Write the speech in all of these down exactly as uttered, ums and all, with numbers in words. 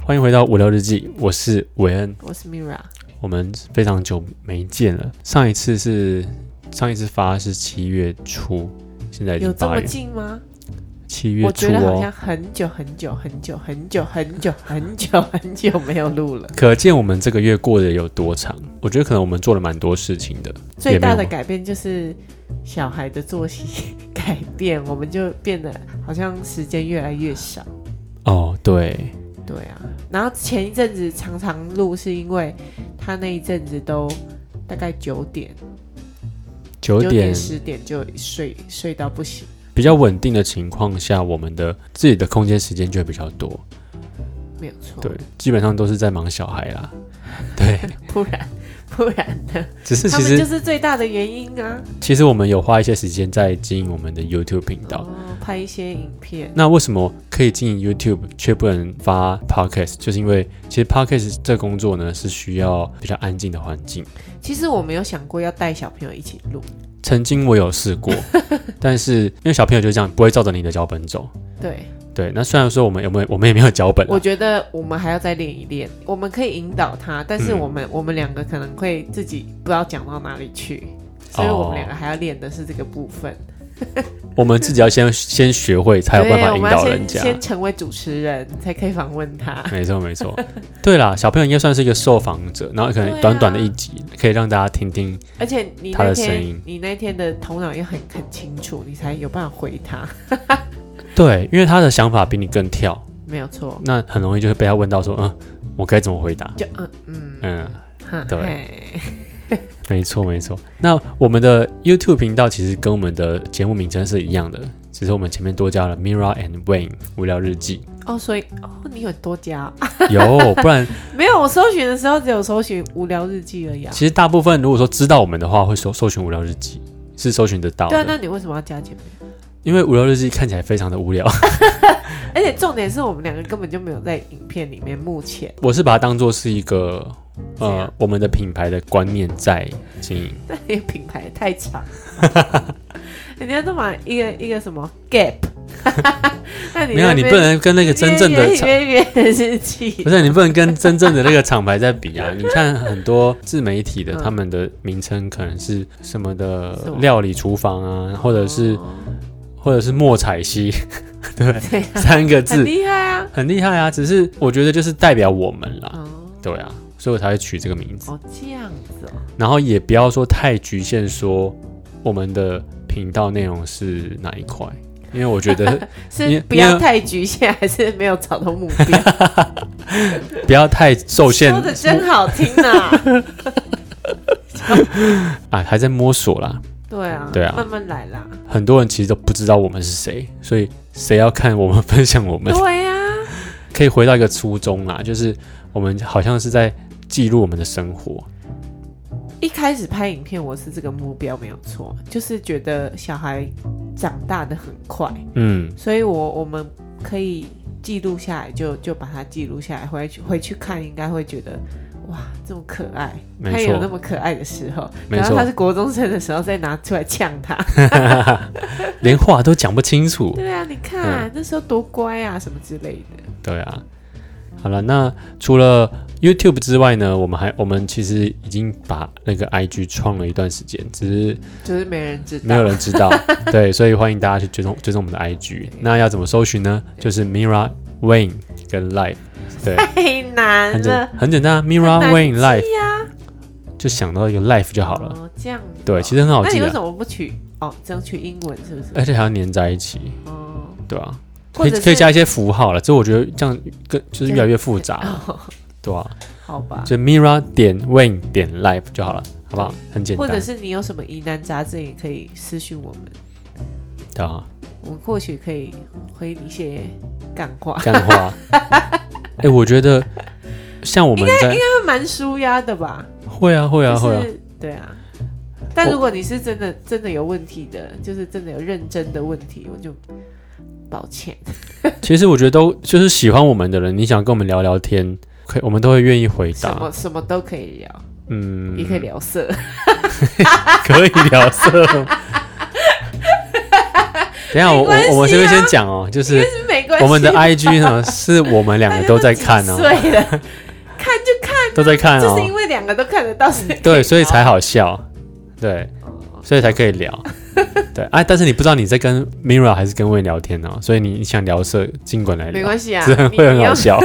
欢迎回到无聊日记，我是韦恩， 我是 Mira。 我们非常久没见了，上一次是上一次发是七月初，现在已经八月。 有这么近吗？ 七月初哦， 我觉得好像很久很久很久很久很久很久很久没有录了。 可见我们这个月过得有多长。我觉得可能我们做了蛮多事情的。 最大的改变就是小孩的作息改变，我们就变得好像时间越来越少。 哦，对。 对啊，然后前一阵子常常录，是因为他那一阵子都大概九点、 九点、 十点就睡睡到不行。 比较稳定的情况下，我们的自己的空间时间就会比较多。 没有错。 对，基本上都是在忙小孩啦。对， 不然不然呢？ 只是其实他们就是最大的原因啊。 其实我们有花一些时间在经营我们的 YouTube 频道， 哦，拍一些影片。 那为什么可以经营 YouTube 却不能发 Podcast？ 就是因为其实 Podcast 这个工作呢是需要比较安静的环境。 其实我没有想过要带小朋友一起录。 曾经我有试过，但是因为小朋友就这样不会照着你的脚本走。 对对，那虽然说我们有没有我们也没有脚本， 我觉得我们还要再练一练。我们可以引导他，但是我们、嗯、我们两个可能会自己不知道讲到哪里去，所以我们两个还要练的是这个部分。 我们自己要先先学会，才有办法引导人家。 先, 先成为主持人，才可以访问他。 没错没错。对啦，小朋友应该算是一个受访者，然后可能短短的一集，啊、可以让大家听听， 而且你他的声音。 你那天的头脑也很很清楚，你才有办法回他。 对，因为他的想法比你更跳， 没有错。 那很容易就会被他问到说，嗯，我该怎么回答？ 就嗯嗯嗯，对。没错没错，那我们的 YouTube 频道其实跟我们的节目名称是一样的，只是我们前面多加了 Mira and Wayne 无聊日记。 哦，所以哦，你有多加？ 有，不然没有。我搜寻的时候只有搜寻无聊日记而已啊。 其实大部分如果说知道我们的话，会搜搜寻无聊日记，是搜寻得到的。 对啊，那你为什么要加前面？ 因为无聊日记看起来非常的无聊， 而且重点是我们两个根本就没有在影片里面。目前我是把它当作是一个呃我们的品牌的观念在经营。 但你的品牌也太长，人家都买一个一个什么 Gap， 那你没有，你不能跟那个真正的约约日记， 不是你不能跟真正的那个厂牌在比啊！你看很多自媒体的，嗯、他们的名称可能是什么的料理厨房啊，或者是。哦或者是莫彩希，对，对啊、三个字， 很厉害啊， 很厉害啊！只是我觉得就是代表我们啦，哦、对啊，所以我才会取这个名字。 哦，这样子哦。 然后也不要说太局限，说我们的频道内容是哪一块，因为我觉得是不要太局限，还是没有找到目标？ 不要太受限。 说的真好听啊！ 啊，还在摸索啦。 对啊， 对啊， 慢慢来啦。 很多人其实都不知道我们是谁，所以谁要看我们分享我们？ 对啊， 可以回到一个初衷啦，就是我们好像是在记录我们的生活。 一开始拍影片，我是这个目标没有错，就是觉得小孩长大的很快，嗯，所以我我们可以记录下来就，就就把它记录下来，回去回去看，应该会觉得。哇，这么可爱！他有那么可爱的时候，然后他是国中生的时候再拿出来呛他， 连话都讲不清楚。 对啊，你看、嗯、那时候多乖啊，什么之类的。 对啊，好了，那除了 YouTube 之外呢，我们还我们其实已经把那个 I G 创了一段时间，只是就是没人知道， 没有人知道。对，所以欢迎大家去追踪追踪我们的 I G。那要怎么搜寻呢？就是 Mira Wayne 跟 Life。对， 太难了， 很简很简单啊 ，Mira Wayne Life， 就想到一个 Life 就好了。 哦，这样子、哦。 对，其实很好记、啊。 那你为什么不取哦？这样取英文是不是？ 而且还要粘在一起。哦，对啊，可以可以加一些符号了。这我觉得这样更就是越来越复杂，哦、对啊。 好吧， 就 Mira 点 Wayne 点 Life 就好了，好不好？很简单。 或者是你有什么疑难杂症，也可以私讯我们。 对啊， 我们或许可以回一些干话。 干话。哎、欸，我觉得像我们在应该应该会蛮舒压的吧？ 会啊，会啊， 就是、 会啊。 对啊，但如果你是真的真的有问题的，就是真的有认真的问题，我就抱歉。 其实我觉得都就是喜欢我们的人，你想跟我们聊聊天，可以，我们都会愿意回答。 什么什么都可以聊， 嗯， 也可以聊色， 可以聊色。等一下，我我我们这边先讲哦，就是没关我们的 I G 呢是我们两个都在看哦， 对了，看就看、啊， 都在看哦， 就是因为两个都看得到，所以对，所以才好笑，对，所以才可以聊，对啊，但是你不知道你在跟 Mira 还是跟Wayne 聊天哦，所以你想聊色尽管来聊， 没关系啊， 会很好笑。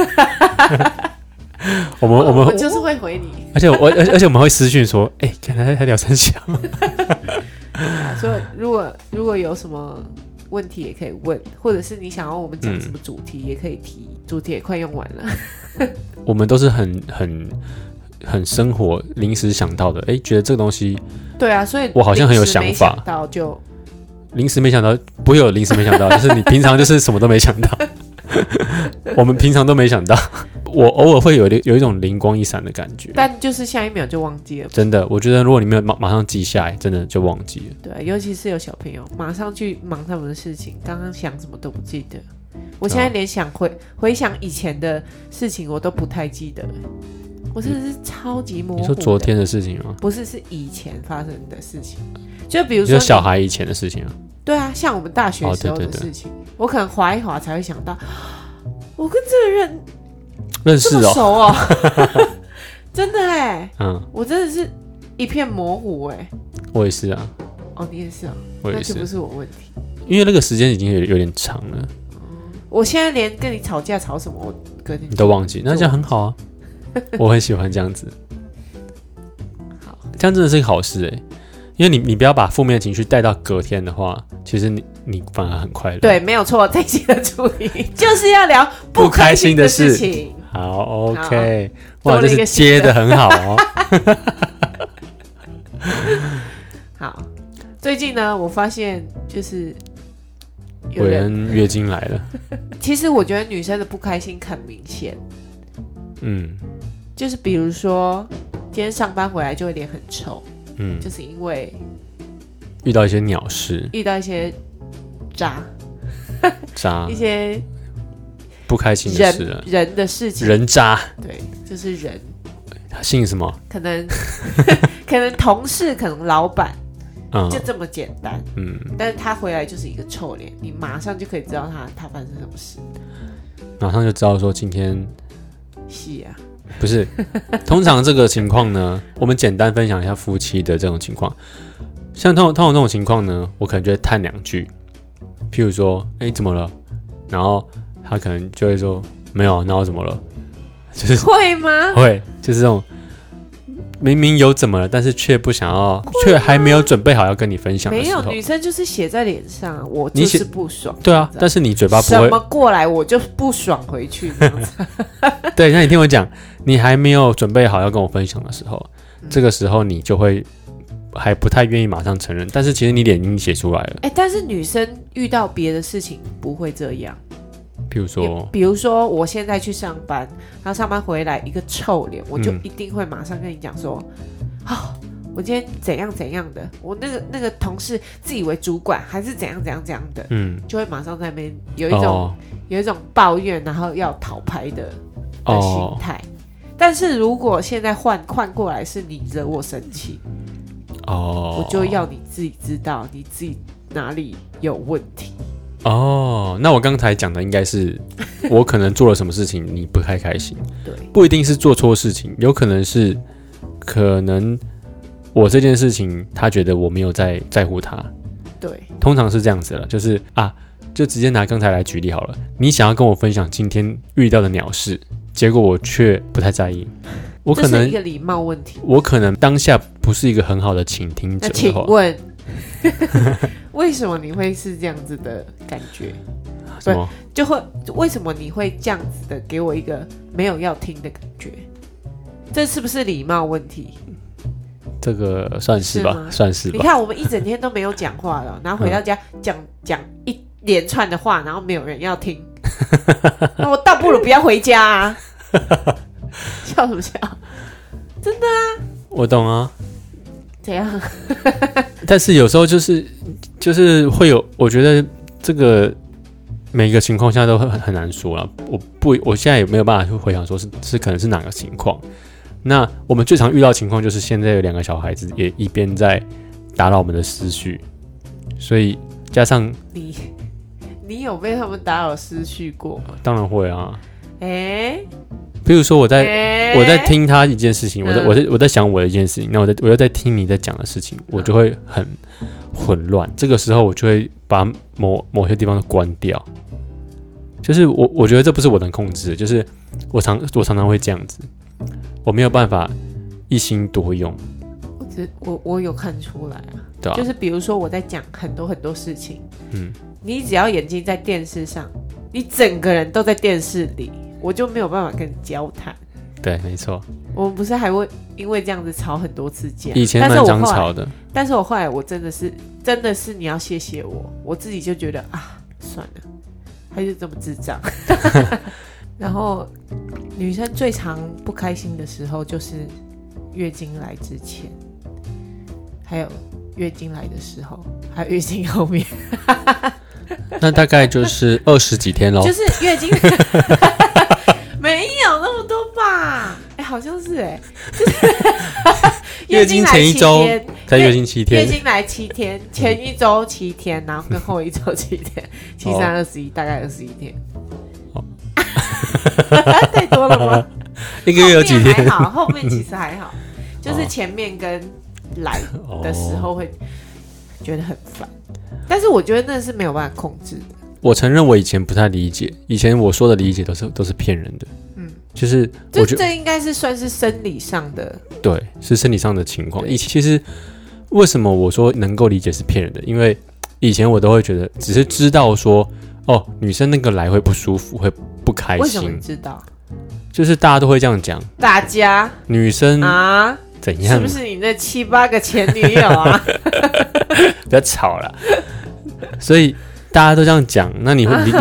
我们我们我就是会回你， 而且我而且我们会私讯说，哎、欸，看他他聊三小。 所以如果如果有什么问题也可以问，或者是你想要我们讲什么主题也可以提，嗯、主题也快用完了。 我们都是很很很生活临时想到的，哎、欸，觉得这个东西， 对啊，所以我好像很有想法， 想到就临时没想到，不会有临时没想到，就是你平常就是什么都没想到。我们平常都没想到，我偶尔会有有一种灵光一闪的感觉， 但就是下一秒就忘记了。 真的，我觉得如果你没有马马上记下来，真的就忘记了。 对，尤其是有小朋友，马上去忙他们的事情，刚刚想什么都不记得。我现在连想回、哦、回想以前的事情，我都不太记得。我真的是超级模糊的。 你说昨天的事情吗？ 不是，是以前发生的事情。就比如说小孩以前的事情啊。 对啊，像我们大学时候的事情，哦、对对对，我可能滑一滑才会想到，我跟这个人认识哦， 这么熟哦，真的哎， 嗯， 我真的是一片模糊哎。 我也是啊。 哦，你也是啊， 我也是， 那就不是我问题， 因为那个时间已经有有点长了。 嗯、我现在连跟你吵架吵什么，我跟你你都忘记，那这样很好啊，我很喜欢这样子。 好， 这样真的是个好事哎。因为你你不要把负面情绪带到隔天的话，其实你你反而很快乐。 对，没有错。这期的主题就是要聊不开心的事情。 好 ，OK， 哇，这是接得很好哦。 好，最近呢，我发现就是有人月经来了。 其实我觉得女生的不开心很明显。 嗯， 就是比如说今天上班回来就会脸很臭。 嗯， 就是因为遇到一些鸟事， 遇到一些渣渣， 一些不开心的事， 人人的事情， 人渣， 对，就是人。 他姓什么？ 可能可能同事，可能老板， 嗯， 就这么简单。嗯，但是他回来就是一个臭脸，你马上就可以知道他他发生什么事， 马上就知道说今天是啊。 不是，通常这个情况呢，我们简单分享一下夫妻的这种情况。像通通常这种情况呢，我可能就会叹两句，譬如说，哎、欸，怎么了？然后他可能就会说，没有，那我怎么了？就是会吗？ 会，就是这种明明有怎么了，但是却不想要，却还没有准备好要跟你分享的时候。 没有，女生就是写在脸上，我就是不爽。 对啊，但是你嘴巴不会什么过来，我就不爽回去这样子。 对，那你听我讲，你还没有准备好要跟我分享的时候，嗯、这个时候你就会还不太愿意马上承认，但是其实你脸已经写出来了。 哎、欸，但是女生遇到别的事情不会这样。 比如说， 比如说，我现在去上班，然后上班回来一个臭脸，我就一定会马上跟你讲说，啊、嗯哦，我今天怎样怎样的，我那个那个同事自以为主管，还是怎样怎样怎样的，嗯，就会马上在那边有一种、哦、有一种抱怨，然后要讨拍的的心态。哦、但是如果现在换换过来是你惹我生气，哦，我就要你自己知道你自己哪里有问题。 哦，那我刚才讲的应该是我可能做了什么事情你不太开心， 对， 不一定是做错事情，有可能是可能我这件事情他觉得我没有在在乎他， 对， 通常是这样子了，就是啊，就直接拿刚才来举例好了，你想要跟我分享今天遇到的鸟事，结果我却不太在意，我可能这是一个礼貌问题， 我可能当下不是一个很好的倾听者的话， 请问为什么你会是这样子的感觉？ 什么？ 就会为什么你会这样子的给我一个没有要听的感觉？这是不是礼貌问题？ 这个算是吧，是算是吧。 你看，我们一整天都没有讲话了，然后回到家讲讲、嗯、一连串的话，然后没有人要听，那我倒不如不要回家啊！笑什么笑？真的啊， 我懂啊。 怎样？ 但是有时候就是就是会有，我觉得这个每一个情况下都很很难说啦。我不，我现在也没有办法去回想说是是可能是哪个情况。那我们最常遇到的情况就是现在有两个小孩子也一边在打扰我们的思绪，所以加上你你有被他们打扰失序过吗？ 当然会啊。 哎、欸， 比如说我在、欸、我在听他一件事情，我在、嗯、我在我在想我的一件事情，那我在我又在听你在讲的事情，我就会很混乱。这个时候我就会把某某些地方都关掉。就是我我觉得这不是我能控制的，就是我常我常常会这样子，我没有办法一心多用。 我只我我有看出来啊， 对啊， 就是比如说我在讲很多很多事情，嗯，你只要眼睛在电视上，你整个人都在电视里，我就没有办法跟你交谈。 对，没错。 我们不是还会因为这样子吵很多次架？ 以前蛮常吵的， 但是我后来我真的是真的是你要谢谢我，我自己就觉得啊，算了。他就这么智障。然后女生最常不开心的时候就是月经来之前，还有月经来的时候，还有月经后面。 那大概就是二十几天咯。 就是月经没有那么多吧？哎、欸，好像是哎、欸，就是月经前一周才月经七天， 月经来七天，前一周七天，然后跟后一周七天，七三二十一，大概二十一天。哦、太多了吗？ 一个月有几天？ 还好，后面其实还好，就是前面跟来的时候会觉得很烦，但是我觉得那是没有办法控制的。 我承认我以前不太理解，以前我说的理解都是都是骗人的。嗯，就是我觉得这应该是算是生理上的， 对，是生理上的情况。以前其实为什么我说能够理解是骗人的？因为以前我都会觉得，只是知道说，哦，女生那个来会不舒服，会不开心。 为什么你知道？ 就是大家都会这样讲。 大家女生啊， 怎样？ 是不是你那七八个前女友啊？ 不要吵了。所以大家都这样讲，那你会你你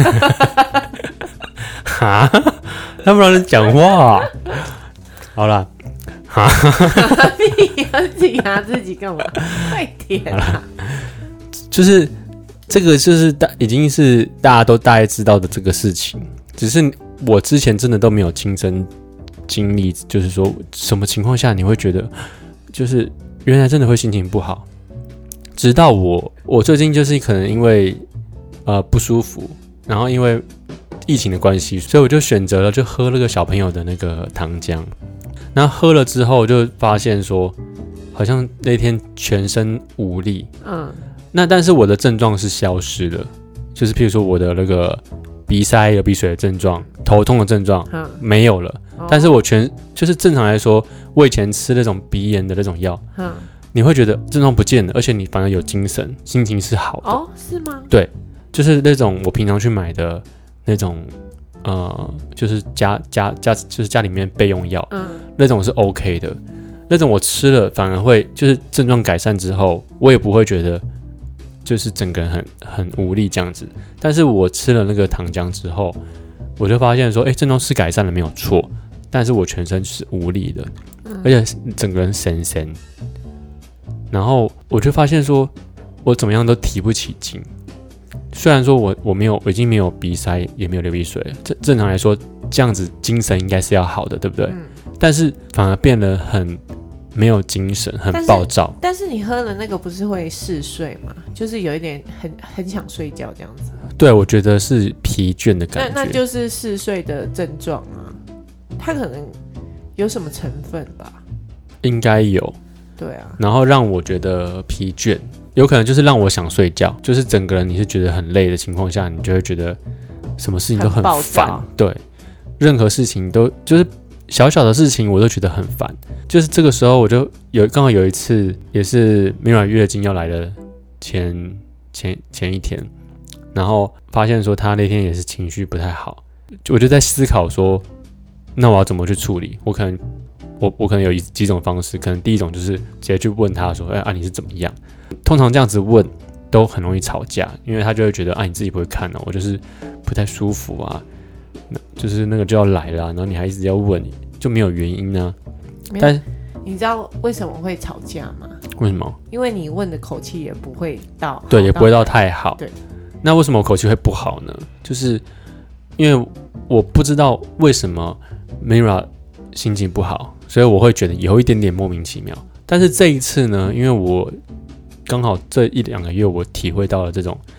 哈？他不让人讲话。好啦，哈， 你要挤压自己干嘛？快点啊！ 就是这个，就是大已经是大家都大概知道的这个事情，只是我之前真的都没有亲身经历，就是说什么情况下你会觉得，就是原来真的会心情不好。直到我，我最近就是可能因为呃不舒服，然后因为疫情的关系，所以我就选择了就喝那个小朋友的那个糖浆。那喝了之后，就发现说，好像那天全身无力。嗯。那但是我的症状是消失的，就是譬如说我的那个鼻塞、流鼻水的症状、头痛的症状、嗯、没有了。哦、但是我全就是正常来说，我以前吃那种鼻炎的那种药。嗯。你会觉得症状不见了，而且你反而有精神，心情是好的。 哦，是吗？ 对，就是那种我平常去买的那种，呃，就是家家家就是家里面备用药，嗯，那种是 OK 的。那种我吃了反而会就是症状改善之后，我也不会觉得就是整个人很很无力这样子。但是我吃了那个糖浆之后，我就发现说，哎，症状是改善了没有错，但是我全身是无力的，嗯、而且整个人神神。然后我就发现说，我怎么样都提不起劲。虽然说我我没有，我已经没有鼻塞，也没有流鼻水了。正正常来说，这样子精神应该是要好的，对不对？嗯、但是反而变得很没有精神，很暴躁。 但是, 但是你喝了那个不是会嗜睡吗？就是有一点很很想睡觉这样子。 对，我觉得是疲倦的感觉。 那那就是嗜睡的症状啊。它可能有什么成分吧？ 应该有。 对啊， 然后让我觉得疲倦，有可能就是让我想睡觉，就是整个人你是觉得很累的情况下，你就会觉得什么事情都很烦，对，任何事情都就是小小的事情我都觉得很烦。就是这个时候我就有刚好有一次也是Mira月经要来的前前前一天，然后发现说她那天也是情绪不太好，我就在思考说，那我要怎么去处理？我可能。我, 我可能有几种方式，可能第一种就是直接去问他说，哎啊你是怎么样？通常这样子问都很容易吵架，因为他就会觉得啊你自己不会看哦，我就是不太舒服啊，就是那个就要来了、啊，然后你还一直要问，就没有原因呢、啊。但你知道为什么会吵架吗？ 为什么？ 因为你问的口气也不会到， 对，也不会到太好。 对， 那为什么我口气会不好呢？就是因为我不知道为什么 Mira 心情不好。所以我会觉得有一点点莫名其妙，但是这一次呢，因为我刚好这一两个月我体会到了这种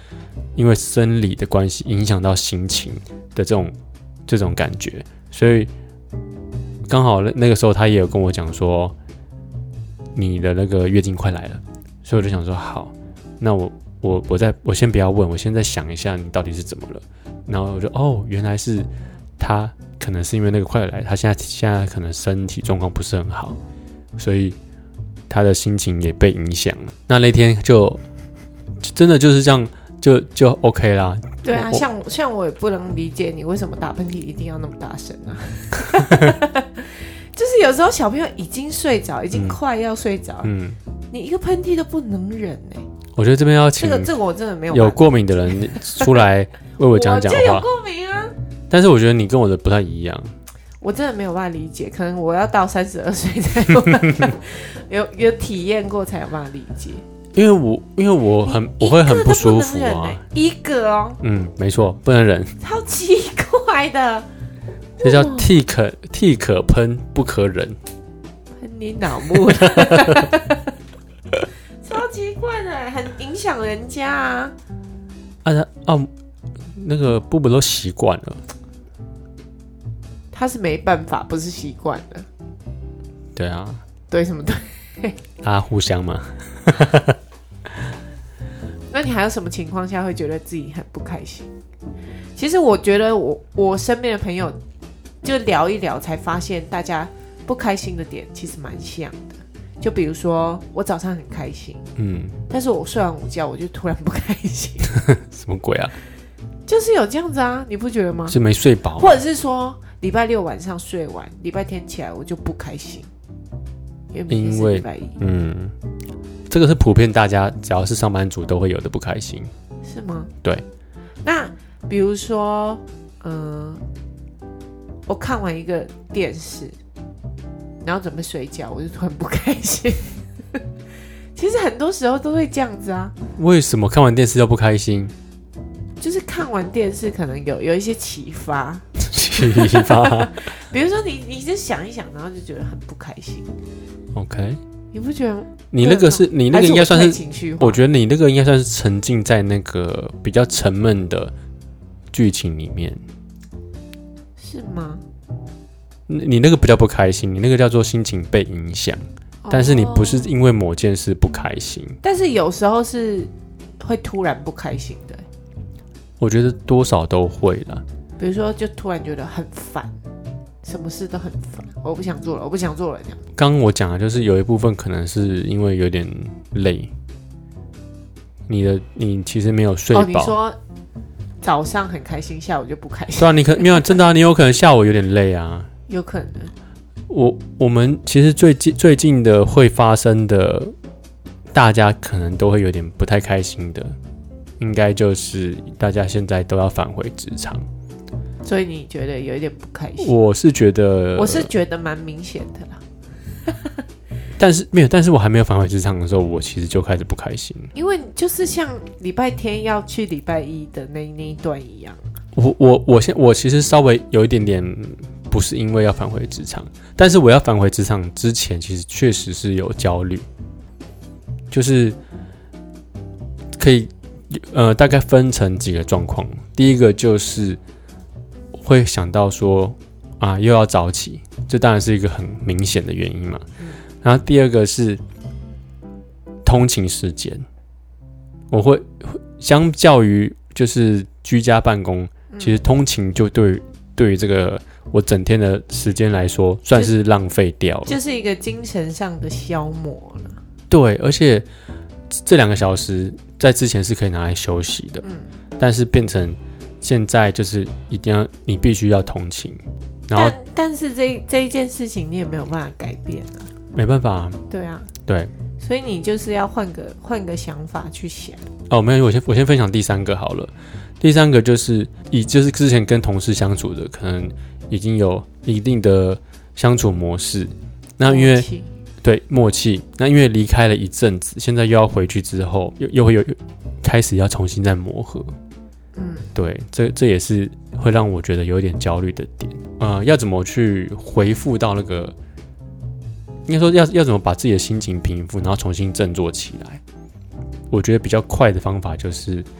因为生理的关系影响到心情的这种这种感觉，所以刚好那个时候他也有跟我讲说，你的那个月经快来了，所以我就想说好，那我我我再我先不要问，我现在想一下你到底是怎么了，然后我就哦，原来是他可能是因为那个快来，他现在现在可能身体状况不是很好，所以他的心情也被影响了。那那天就真的就是这样。就就 OK 啦。 对啊，像像我也不能理解你为什么打喷嚏一定要那么大声啊。就是有时候小朋友已经睡着，已经快要睡着，嗯，你一个喷嚏都不能忍哎、欸。 我觉得这边要请这个这个我真的没有有过敏的人出来为我讲讲话。 我就有过敏啊。 但是我觉得你跟我的不太一样。 我真的没有办法理解，可能我要到三十二岁才有办法有有体验过才有办法理解。因为我因为我很我会很不舒服啊， 一个哦， 嗯，没错，不能忍， 超奇怪的， 这叫替可替可喷不可忍， 喷你脑木了，超奇怪的，很影响人家啊。 啊啊，那个布布都习惯了， 他是没办法，不是习惯的。 对啊， 对什么对？ 啊，互相嘛。 那你还有什么情况下会觉得自己很不开心？其实我觉得我我身边的朋友就聊一聊，才发现大家不开心的点其实蛮像的。就比如说我早上很开心，嗯，但是我睡完午觉我就突然不开心。 什么鬼啊？就是有这样子啊，你不觉得吗？ 是没睡饱， 或者是说礼拜六晚上睡完，礼拜天起来我就不开心。因为明天是礼拜一，嗯， 这个是普遍大家只要是上班族都会有的不开心， 是吗？ 对。 那比如说，嗯、呃，我看完一个电视，然后准备睡觉，我就突然不开心。其实很多时候都会这样子啊。 为什么看完电视要不开心？ 就是看完电视可能有有一些启发。 启发。 比如说你你就想一想，然后就觉得很不开心。 OK， 你不觉得？ 你那个是你那个应该算是情绪化。 我觉得你那个应该算是沉浸在那个比较沉闷的剧情里面， 是吗？ 你那个比较不开心，你那个叫做心情被影响，哦、但是你不是因为某件事不开心。 但是有时候是会突然不开心的。 我觉得多少都会啦。 比如说，就突然觉得很烦。什么事都很烦，我不想做了，我不想做了这样。 刚刚我讲的就是有一部分可能是因为有点累，你的你其实没有睡饱。哦， 你说早上很开心，下午就不开心。 对啊，你可没有真的啊，你有可能下午有点累啊。 有可能。 我我们其实最近最近的会发生的，大家可能都会有点不太开心的，应该就是大家现在都要返回职场。 所以你觉得有一点不开心？ 我是觉得， 我是觉得蛮明显的啦。 但是没有，但是我还没有返回职场的时候，我其实就开始不开心。 因为就是像礼拜天要去礼拜一的那那一段一样。 我我我现我其实稍微有一点点不是因为要返回职场，但是我要返回职场之前，其实确实是有焦虑，就是可以呃大概分成几个状况。第一个就是会想到说啊，又要早起，这当然是一个很明显的原因嘛。嗯、然后第二个是通勤时间，我会相较于就是居家办公，嗯、其实通勤就对于对于这个我整天的时间来说，算是浪费掉了， 就是一个精神上的消磨了。 对，而且这两个小时在之前是可以拿来休息的，嗯、但是变成。现在就是一定要你必须要通勤，然后但, 但是这这一件事情你也没有办法改变啊， 没办法、啊。 对啊， 对， 所以你就是要换个换个想法去想。 哦，没有，我先我先分享第三个好了。第三个就是以就是之前跟同事相处的，可能已经有一定的相处模式，那因为默对默契，那因为离开了一阵子，现在又要回去之后，又又会有开始要重新再磨合。嗯，对，这这也是会让我觉得有一点焦虑的点。呃，要怎么去回复到那个，应该说要要怎么把自己的心情平复，然后重新振作起来？我觉得比较快的方法就是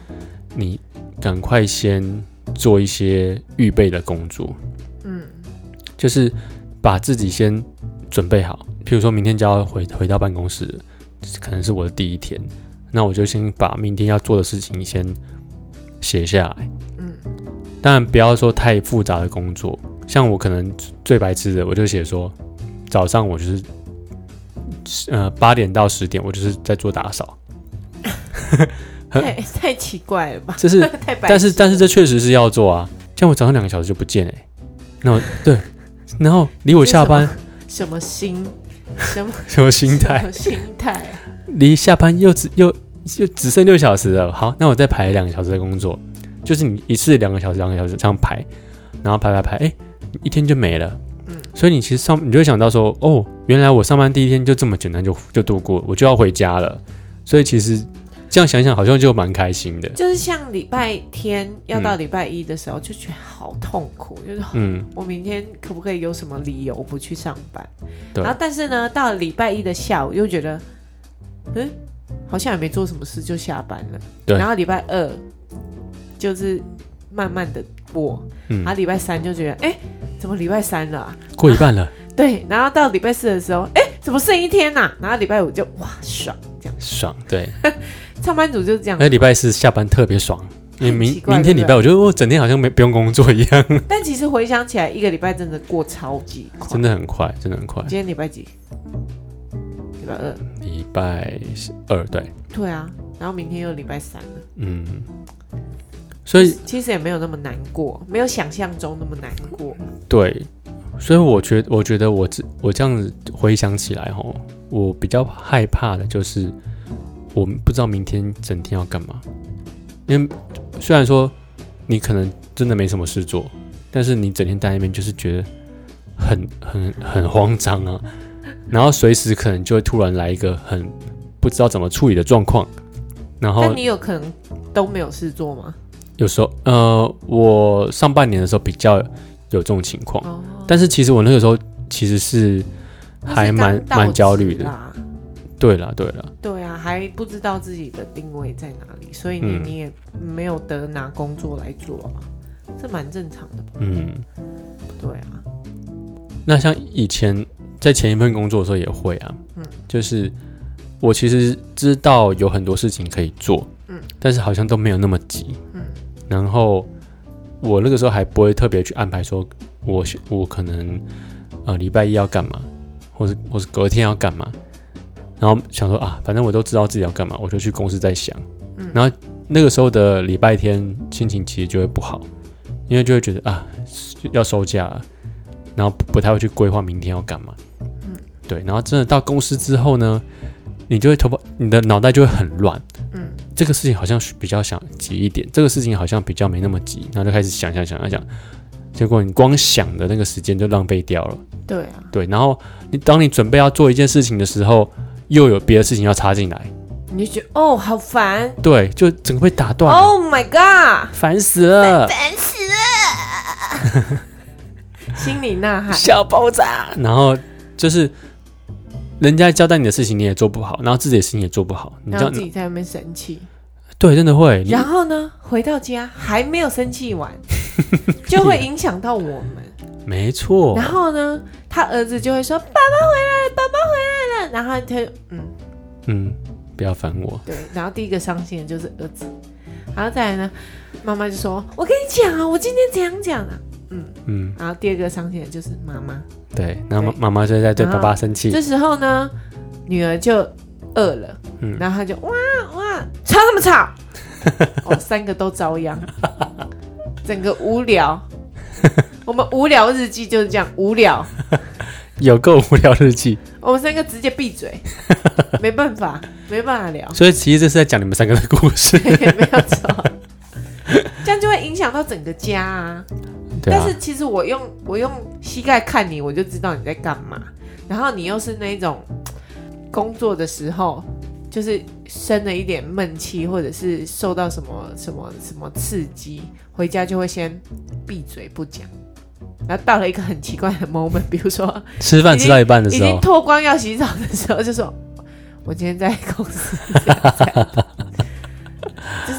你赶快先做一些预备的工作，嗯，就是把自己先准备好。譬如说明天就要回回到办公室了，可能是我的第一天，那我就先把明天要做的事情先写下来，嗯，当然不要说太复杂的工作，像我可能最白痴的，我就写说早上我就是呃八点到十点，我就是在做打扫。 太太奇怪了吧？ 这是太白，但是但是这确实是要做啊。像我早上两个小时就不见哎、欸，那我对，然后离我下班什么心什么什么心态？ 什么心态？ 离下班又只又就只剩六小时了。好，那我再排两个小时的工作，就是你一次两个小时两个小时这样排，然后排排排，哎、欸，一天就没了。嗯，所以你其实上你就会想到说，哦，原来我上班第一天就这么简单就就度过，我就要回家了。所以其实。这样想想好像就蛮开心的， 就是像礼拜天要到礼拜一的时候，就觉得好痛苦，嗯、就是嗯，我明天可不可以有什么理由不去上班？然后但是呢，到了礼拜一的下午又觉得，嗯，好像也没做什么事就下班了。对。然后礼拜二就是慢慢的过，嗯、然后礼拜三就觉得，哎，怎么礼拜三了、啊？ 过一半了。 对。然后到礼拜四的时候，哎，怎么剩一天呐、啊？然后礼拜五就哇爽，这样爽，对。 上班族就是这样， 那礼拜四下班特别爽，因为明明天礼拜我觉得我整天好像没不用工作一样。 但其实回想起来，一个礼拜真的过超级快， 真的很快，真的很快。 今天礼拜几？礼拜二。 礼拜二，对。 对啊，然后明天又礼拜三了。嗯， 所以其实也没有那么难过，没有想象中那么难过。 对，所以我觉得，我觉得我这我这样子回想起来，吼，我比较害怕的就是。我不知道明天整天要干嘛，因为虽然说你可能真的没什么事做，但是你整天待在那边就是觉得很很很慌张啊，然后随时可能就会突然来一个很不知道怎么处理的状况，然后但你有可能都没有事做吗？ 有时候呃，我上半年的时候比较有这种情况，哦、但是其实我那个时候其实是还蛮蛮焦虑的。对啦，对啦， 对啊，还不知道自己的定位在哪里，所以你、嗯、你也没有得拿工作来做啊，这蛮正常的吧？嗯，对啊。 那像以前在前一份工作的时候也会啊，嗯，就是我其实知道有很多事情可以做，嗯，但是好像都没有那么急，嗯，然后我那个时候还不会特别去安排说我我可能呃礼拜一要干嘛，或是或是隔天要干嘛。然后想说啊，反正我都知道自己要干嘛，我就去公司再想。嗯、然后那个时候的礼拜天心情其实就会不好，因为就会觉得啊要收假了，然后不太会去规划明天要干嘛。嗯，对。然后真的到公司之后呢，你就会头发，你的脑袋就会很乱。嗯，这个事情好像比较想急一点，这个事情好像比较没那么急，然后就开始想想想想想，结果你光想的那个时间就浪费掉了。 对啊。 对，然后你当你准备要做一件事情的时候。又有别的事情要插进来， 你就觉得哦，好烦。 对，就整个被打断。 Oh my god， 烦死了， 烦死了，心里呐喊， 小爆炸。然后就是人家交代你的事情你也做不好，然后自己的事情也做不好， 然后自己在那边生气。 对，真的会。 然后呢，回到家还没有生气完，就会影响到我们。 没错。 然后呢，他儿子就会说：“爸爸回来了，爸爸回来了。”然后他嗯嗯，不要烦我。 对，然后第一个伤心的就是儿子，然后再来呢，妈妈就说：“我跟你讲啊，我今天怎样讲啊。”嗯嗯，然后第二个伤心的就是妈妈。 对，然后妈妈就在对爸爸生气。 这时候呢，女儿就饿了，嗯，然后他就哇哇吵什么吵？哦，三个都遭殃，整个无聊。我们无聊日记就是这样无聊， 有够无聊日记。 我们三个直接闭嘴，没办法，没办法聊。 所以其实这是在讲你们三个的故事， 没有错。这样就会影响到整个家啊。对啊。但是其实我用我用膝盖看你，我就知道你在干嘛。然后你又是那种工作的时候，就是生了一点闷气，或者是受到什么什么什么刺激，回家就会先闭嘴不讲。然后到了一个很奇怪的 moment， 比如说吃饭吃到一半的时候， 已经脱光要洗澡的时候，就说：“我今天在公司这样这样。”就是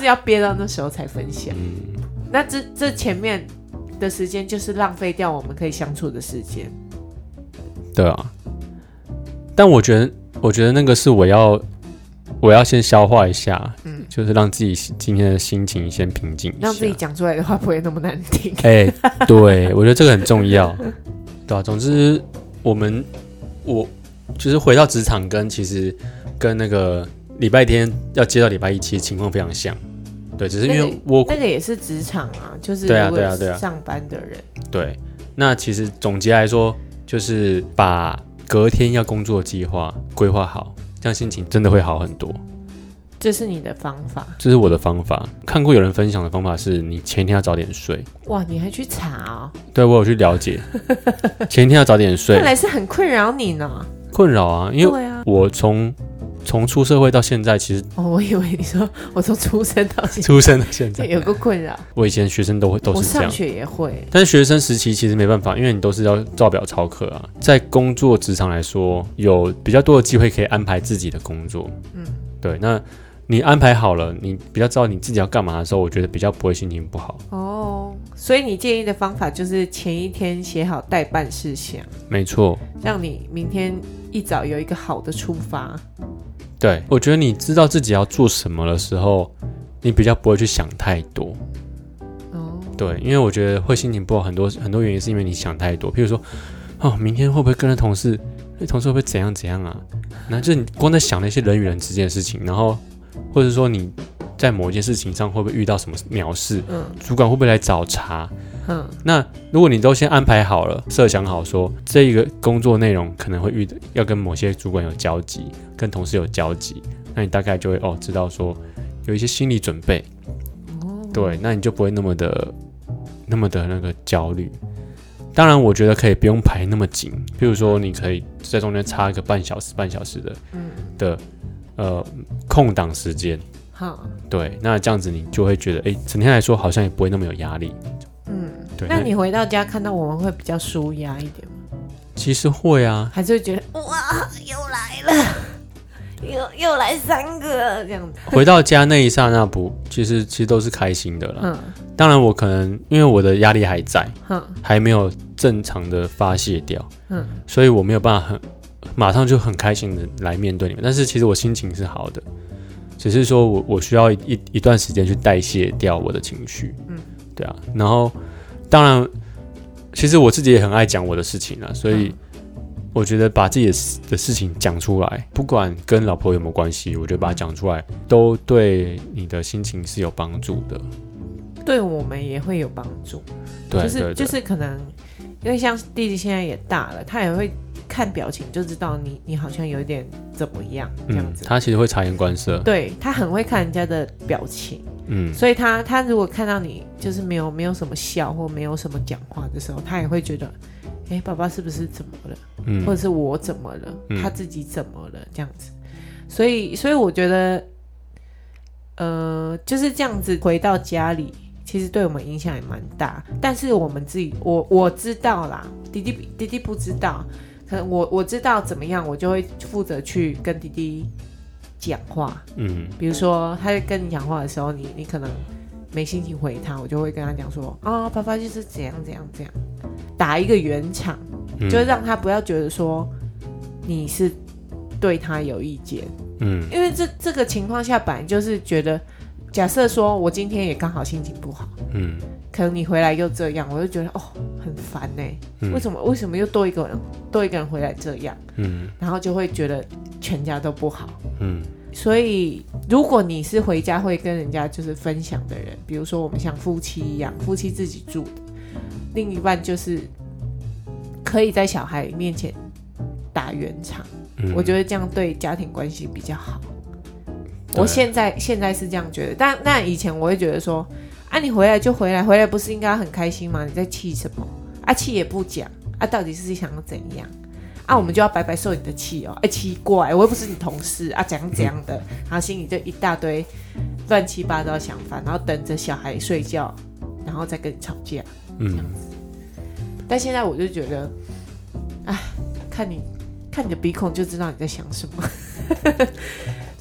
就是要憋到那时候才分享。嗯，那这这前面的时间就是浪费掉我们可以相处的时间。 对啊，但我觉得，我觉得那个是我要，我要先消化一下，嗯，就是让自己今天的心情先平静一下， 让自己讲出来的话不会那么难听。 哎、欸，对，我觉得这个很重要。对啊，总之我们我就是回到职场，跟其实跟那个礼拜天要接到礼拜一，其实情况非常像。对，只是因为我、 那个、那个也是职场啊，就是对啊对啊对啊上班的人。 对，那其实总结来说，就是把隔天要工作的计划规划好，这样心情真的会好很多。 这是你的方法？ 这是我的方法。看过有人分享的方法是，你前一天要早点睡。 哇，你还去查哦？ 对，我有去了解。前一天要早点睡， 看来是很困扰你呢。 困扰啊，因为我从从出社会到现在，其实哦，我以为你说我从出生到现在， 出生到现在有个困扰。 我以前学生都会都是这样， 我上学也会， 但是学生时期其实没办法，因为你都是要照表操课啊。在工作职场来说，有比较多的机会可以安排自己的工作。嗯，对，那你安排好了，你比较知道你自己要干嘛的时候，我觉得比较不会心情不好。 哦，所以你建议的方法就是前一天写好待办事项。 没错， 让你明天一早有一个好的出发。 对，我觉得你知道自己要做什么的时候，你比较不会去想太多。哦，对，因为我觉得会心情不好，很多很多原因是因为你想太多。譬如说，哦，明天会不会跟着同事，那同事会不会怎样怎样啊？那就是你光在想那些人与人之间的事情，然后或者说你在某一件事情上会不会遇到什么鸟事，嗯，主管会不会来找茬？嗯，那如果你都先安排好了，设想好说这一个工作内容可能会遇要跟某些主管有交集，跟同事有交集，那你大概就会哦知道说有一些心理准备。哦，对，那你就不会那么的那么的那个焦虑。当然，我觉得可以不用排那么紧，譬如说你可以在中间插一个半小时、半小时的，嗯、的呃空档时间。好，对，那这样子你就会觉得，哎，整天来说好像也不会那么有压力。 嗯，对。那你回到家看到我们会比较舒压一点吗？ 其实会啊， 还是会觉得哇，又来了，又又来三个这样子。 回到家那一刹那不，其实其实都是开心的啦。嗯，当然我可能因为我的压力还在，嗯，还没有正常的发泄掉，嗯，所以我没有办法很马上就很开心的来面对你们。但是其实我心情是好的，只是说我我需要一一段时间去代谢掉我的情绪。嗯。对啊，然后当然，其实我自己也很爱讲我的事情啦，所以我觉得把自己 的, 的事情讲出来，不管跟老婆有没有关系，我觉得把它讲出来，都对你的心情是有帮助的。 对我们也会有帮助， 对， 就是对对就是可能因为像弟弟现在也大了，他也会看表情就知道你你好像有一点怎么样这样子。 嗯、他其实会察言观色， 对他很会看人家的表情。嗯，所以他他如果看到你就是没有没有什么笑或没有什么讲话的时候，他也会觉得，哎，爸爸是不是怎么了？嗯，或者是我怎么了？嗯、他自己怎么了？这样子，所以所以我觉得，呃，就是这样子回到家里，其实对我们影响也蛮大。但是我们自己，我我知道啦，弟弟弟弟不知道，可能我我知道怎么样，我就会负责去跟弟弟讲话，嗯，比如说他在跟你讲话的时候，你你可能没心情回他，我就会跟他讲说，啊、哦，爸爸就是怎样怎样怎样，打一个圆场，嗯、就让他不要觉得说你是对他有意见，嗯，因为这这个情况下本来就是觉得，假设说我今天也刚好心情不好，嗯，可能你回来又这样，我就觉得哦很烦呢、嗯，为什么为什么又多一个人多一个人回来这样，嗯，然后就会觉得全家都不好，嗯。所以如果你是回家会跟人家就是分享的人，比如说我们像夫妻一样，夫妻自己住的，另一半就是可以在小孩面前打圆场、嗯、我觉得这样对家庭关系比较好。我现在现在是这样觉得，但但以前我会觉得说，啊你回来就回来，回来不是应该很开心吗？你在气什么？啊气也不讲，啊到底是想要怎样？啊，我们就要白白受你的气哦！哎，奇怪，我又不是你同事啊，怎样怎样的，然后心里就一大堆乱七八糟的想法，然后等着小孩睡觉，然后再跟你吵架，这样子。嗯、但现在我就觉得，哎，看你看你的鼻孔就知道你在想什么，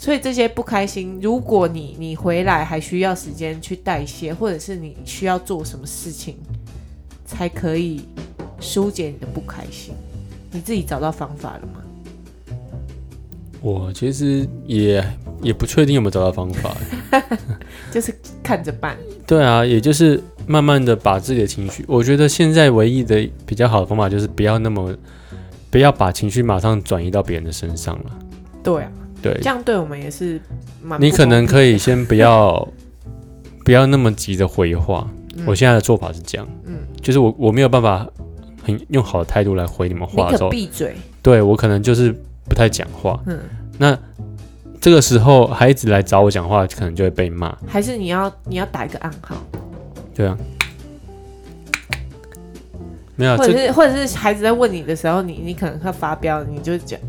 所以这些不开心，如果你你回来还需要时间去代谢，或者是你需要做什么事情才可以疏解你的不开心，你自己找到方法了吗？ 我其实也也不确定有没有找到方法就是看着办。 对啊，也就是慢慢的把自己的情绪，我觉得现在唯一的比较好的方法就是不要那么不要把情绪马上转移到别人的身上了。 对啊， 对， 这样对我们也是蛮不公平的。 你可能可以先不要不要那么急着回话、嗯、我现在的做法是这样，嗯，就是我我没有办法很用好的态度来回你们话的时候， 你可闭嘴。对， 我可能就是不太讲话，嗯，那这个时候孩子来找我讲话，可能就会被骂。 还是你要你要打一个暗号？对啊，没有，或者是或者是孩子在问你的时候，你你可能会发飙，你就讲，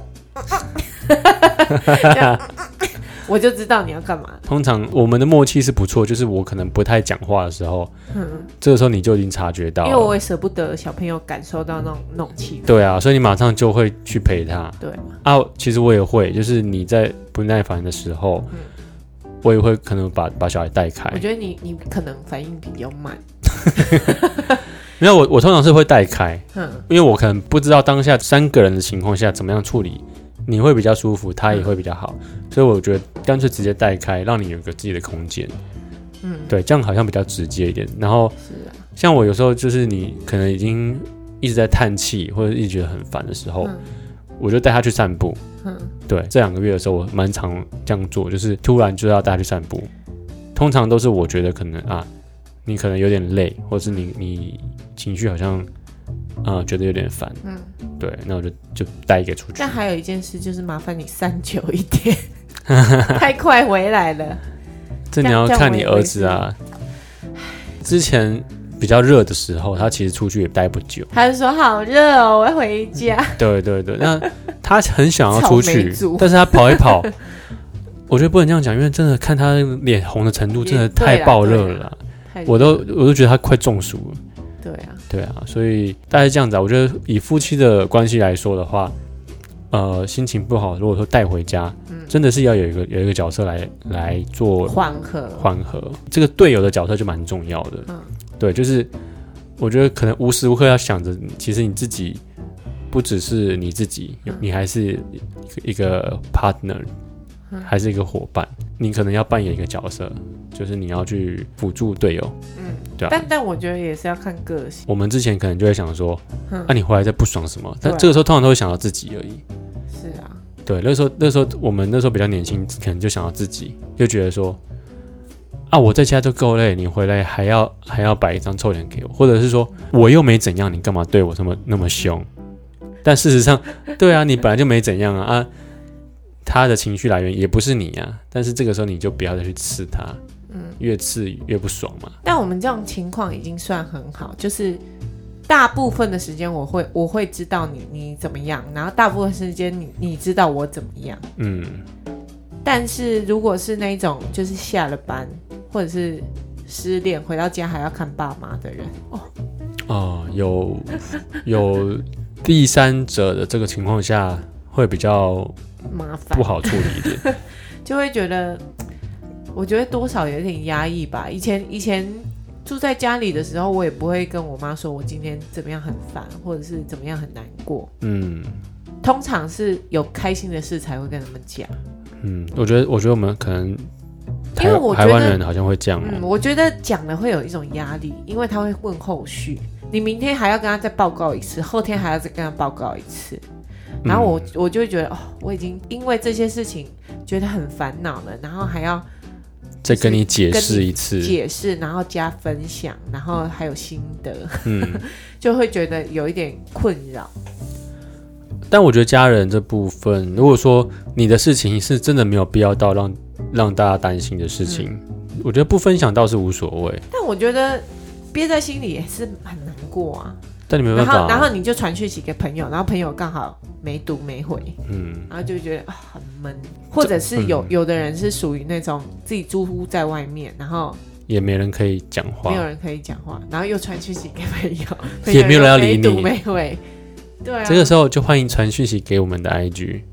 我就知道你要干嘛。通常我们的默契是不错，就是我可能不太讲话的时候，嗯，这个时候你就已经察觉到了，因为我也舍不得小朋友感受到那种那种气氛。对啊，所以你马上就会去陪他。对啊，其实我也会，就是你在不耐烦的时候，嗯，我也会可能把把小孩带开。我觉得你你可能反应比较慢。没有，我我通常是会带开，嗯，因为我可能不知道当下三个人的情况下怎么样处理。你会比较舒服，他也会比较好，嗯，所以我觉得干脆直接带开，让你有个自己的空间。嗯，对，这样好像比较直接一点。然后，啊，像我有时候就是你可能已经一直在叹气，或者一直觉得很烦的时候，嗯，我就带他去散步。嗯，对，这两个月的时候我蛮常这样做，就是突然就要带他去散步。通常都是我觉得可能啊，你可能有点累，或者是你你情绪好像。啊、嗯，觉得有点烦，嗯，对，那我就就带一个出去。但还有一件事，就是麻烦你散久一点，太快回来了。这你要看你儿子啊。之前比较热的时候，他其实出去也待不久。他就说好热哦，我要回家。对对对，那他很想要出去，但是他跑一跑，我觉得不能这样讲，因为真的看他脸红的程度，真的太爆热了啦，我都我都觉得他快中暑了。对啊，对啊，所以大概这样子啊。我觉得以夫妻的关系来说的话，呃，心情不好，如果说带回家，嗯，真的是要有一个有一个角色来来做缓和缓和。这个队友的角色就蛮重要的，嗯，对，就是我觉得可能无时无刻要想着，其实你自己不只是你自己，嗯，你还是一个 partner，嗯，还是一个伙伴，你可能要扮演一个角色，就是你要去辅助队友，嗯。啊，但但我觉得也是要看个性。我们之前可能就会想说，那、嗯啊、你回来在不爽什么？但这个时候通常都会想到自己而已。是啊，对，那时候那时候我们那时候比较年轻，可能就想到自己，就觉得说，啊，我在家就够累，你回来还要还要摆一张臭脸给我，或者是说我又没怎样，你干嘛对我这么那么凶？但事实上，对啊，你本来就没怎样啊啊，他的情绪来源也不是你啊，但是这个时候你就不要再去刺他。嗯，越刺越不爽嘛。但我们这种情况已经算很好，就是大部分的时间我会我会知道你你怎么样，然后大部分时间你你知道我怎么样。嗯，但是如果是那种就是下了班或者是失恋回到家还要看爸妈的人，哦哦，有有第三者的这个情况下会比较麻烦，不好处理一点，就会觉得。我觉得多少有点压抑吧。以前以前住在家里的时候，我也不会跟我妈说我今天怎么样很烦，或者是怎么样很难过。嗯，通常是有开心的事才会跟他们讲。嗯，我觉得我觉得我们可能台因为我台湾人好像会这样、哦。嗯，我觉得讲了会有一种压力，因为他会问后续，你明天还要跟他再报告一次，后天还要再跟他报告一次。然后我、嗯、我就会觉得哦，我已经因为这些事情觉得很烦恼了，然后还要。再跟你解释一次，解释，然后加分享，然后还有心得，嗯，就会觉得有一点困扰。但我觉得家人这部分，如果说你的事情是真的没有必要到让让大家担心的事情，嗯、我觉得不分享倒是无所谓。但我觉得憋在心里也是很难过啊。但你没办法、啊然后，然后你就传讯息给朋友，然后朋友刚好没读没回，嗯，然后就觉得、哦、很闷，或者是有、嗯、有的人是属于那种自己租屋在外面，然后也没人可以讲话，没有人可以讲话，然后又传讯息给朋友，朋友也没有人要理你，没读没回，对啊，这个时候就欢迎传讯息给我们的 I G，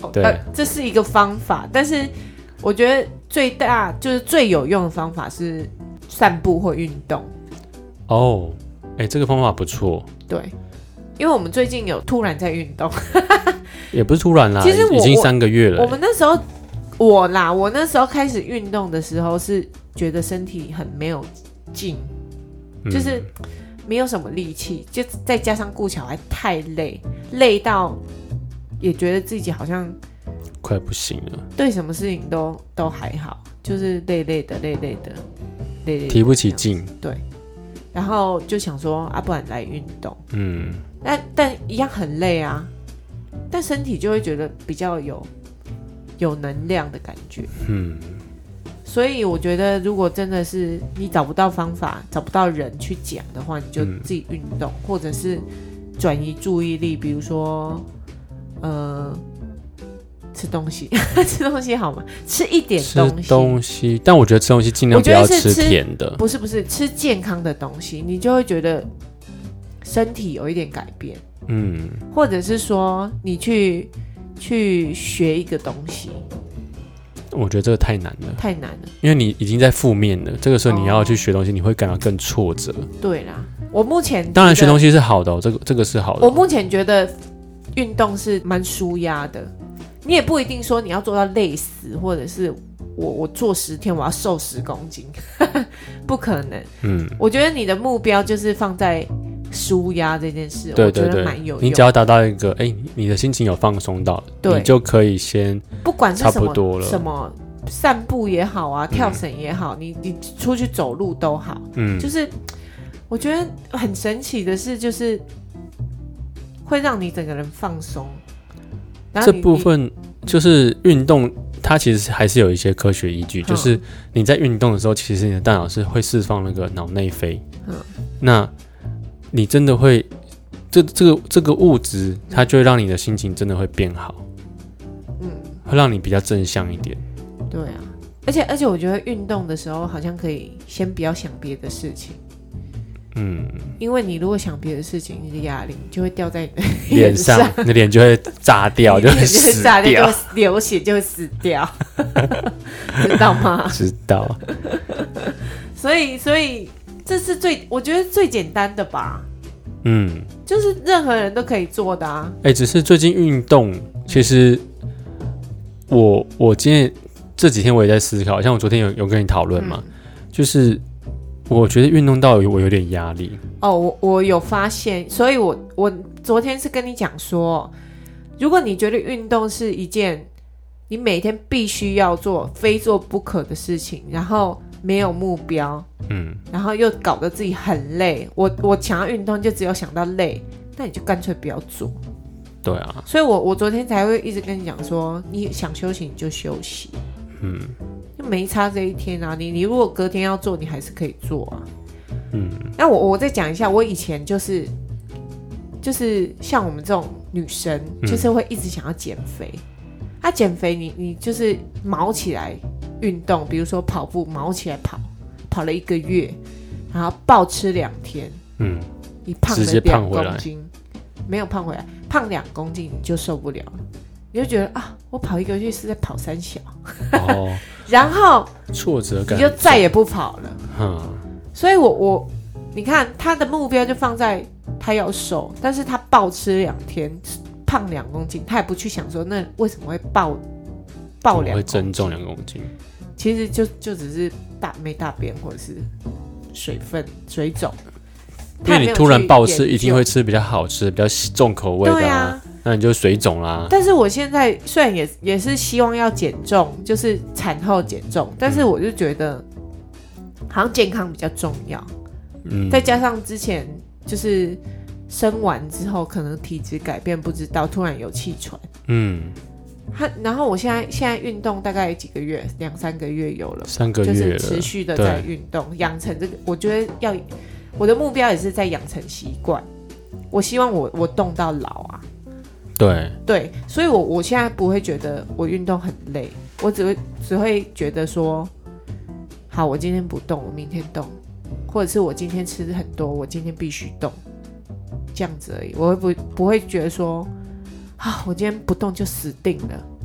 对、 呃，这是一个方法，但是我觉得最大就是最有用的方法是散步或运动。 哦，哎，这个方法不错。 对，因为我们最近有突然在运动， 也不是突然啦， 其实已经三个月了。 我们那时候我啦，我那时候开始运动的时候是觉得身体很没有劲，嗯、就是没有什么力气，就再加上顾小孩太累，累到也觉得自己好像快不行了， 对什么事情都都还好，就是累累的累累的累累的， 提不起劲。 对，然后就想说啊，不然来运动。 嗯， 但但一样很累啊，但身体就会觉得比较有有能量的感觉。嗯，所以我觉得如果真的是你找不到方法，找不到人去讲的话，你就自己运动，嗯、或者是转移注意力，比如说呃。吃东西吃东西好吗？吃一点东西， 吃东西，但我觉得吃东西尽量不要吃甜的。 不是不是，吃健康的东西，你就会觉得身体有一点改变。嗯，或者是说你去去学一个东西， 我觉得这个太难了， 太难了， 因为你已经在负面了，这个时候你要去学东西，哦、你会感到更挫折。 对啦，我目前当然学东西是好的、哦，这个这个是好的、哦。 我目前觉得运动是蛮舒压的。你也不一定说你要做到累死，或者是我我做十天我要瘦十公斤，不可能。嗯，我觉得你的目标就是放在舒压这件事， 对对对， 我觉得蛮有用的。 你只要达到一个，哎、欸，你的心情有放松到，你就可以先不管是什么差不多了， 什么散步也好啊，跳绳也好，嗯、你你出去走路都好，嗯，就是我觉得很神奇的是，就是会让你整个人放松。 这部分就是运动，它其实还是有一些科学依据，嗯、就是你在运动的时候，其实你的大脑是会释放那个脑内啡，嗯，那你真的会，这这个这个物质，它就会让你的心情真的会变好，嗯，会让你比较正向一点。 对啊，而且而且我觉得运动的时候，好像可以先不要想别的事情。嗯，因为你如果想别的事情，你的压力就会掉在你的脸上， 你的脸就会炸掉，就会死掉， 就会流血，就会死掉，知道吗？ 知道。 所以，所以这是最，我觉得最简单的吧。嗯，就是任何人都可以做的啊。 哎、欸，只是最近运动，其实我我今天这几天我也在思考，像我昨天有有跟你讨论嘛，嗯、就是。我觉得运动到我有点压力哦，我我有发现，所以我我昨天是跟你讲说，如果你觉得运动是一件你每天必须要做、非做不可的事情，然后没有目标，嗯，然后又搞得自己很累，我我想要运动就只有想到累，那你就干脆不要做。 对啊， 所以我我昨天才会一直跟你讲说，你想休息你就休息，嗯。就没差这一天啊，你你如果隔天要做，你还是可以做啊。嗯，那我我再讲一下，我以前就是就是像我们这种女生，就是会一直想要减肥。啊，减肥你你就是毛起来运动，比如说跑步，毛起来跑，跑了一个月，然后暴吃两天，嗯，你胖了两公斤，没有胖回来，胖两公斤你就受不了了。你就觉得啊，我跑一个月是在跑三小，哦，然后挫折感， 你就再也不跑了。嗯，所以我我你看他的目标就放在他要瘦，但是他暴吃两天，胖两公斤，他也不去想说那为什么会暴暴两公斤，会增重两公斤， 其实就就只是大没大便或者是水分水肿。 因为你突然暴吃，一定会吃比较好吃、比较重口味的、啊， 对啊， 那你就水肿啦。 但是我现在虽然也也是希望要减重，就是产后减重，但是我就觉得好像健康比较重要。嗯，再加上之前就是生完之后，可能体质改变不知道，突然有气喘。嗯，他然后我现在现在运动大概几个月，两三个月有了， 三个月了， 就是持续的在运动，养成这个，我觉得要。我的目标也是在养成习惯，我希望我我动到老啊。 对对，所以我我现在不会觉得我运动很累，我只会只会觉得说，好，我今天不动，我明天动，或者是我今天吃很多，我今天必须动，这样子而已。我会不不会觉得说，啊，我今天不动就死定了，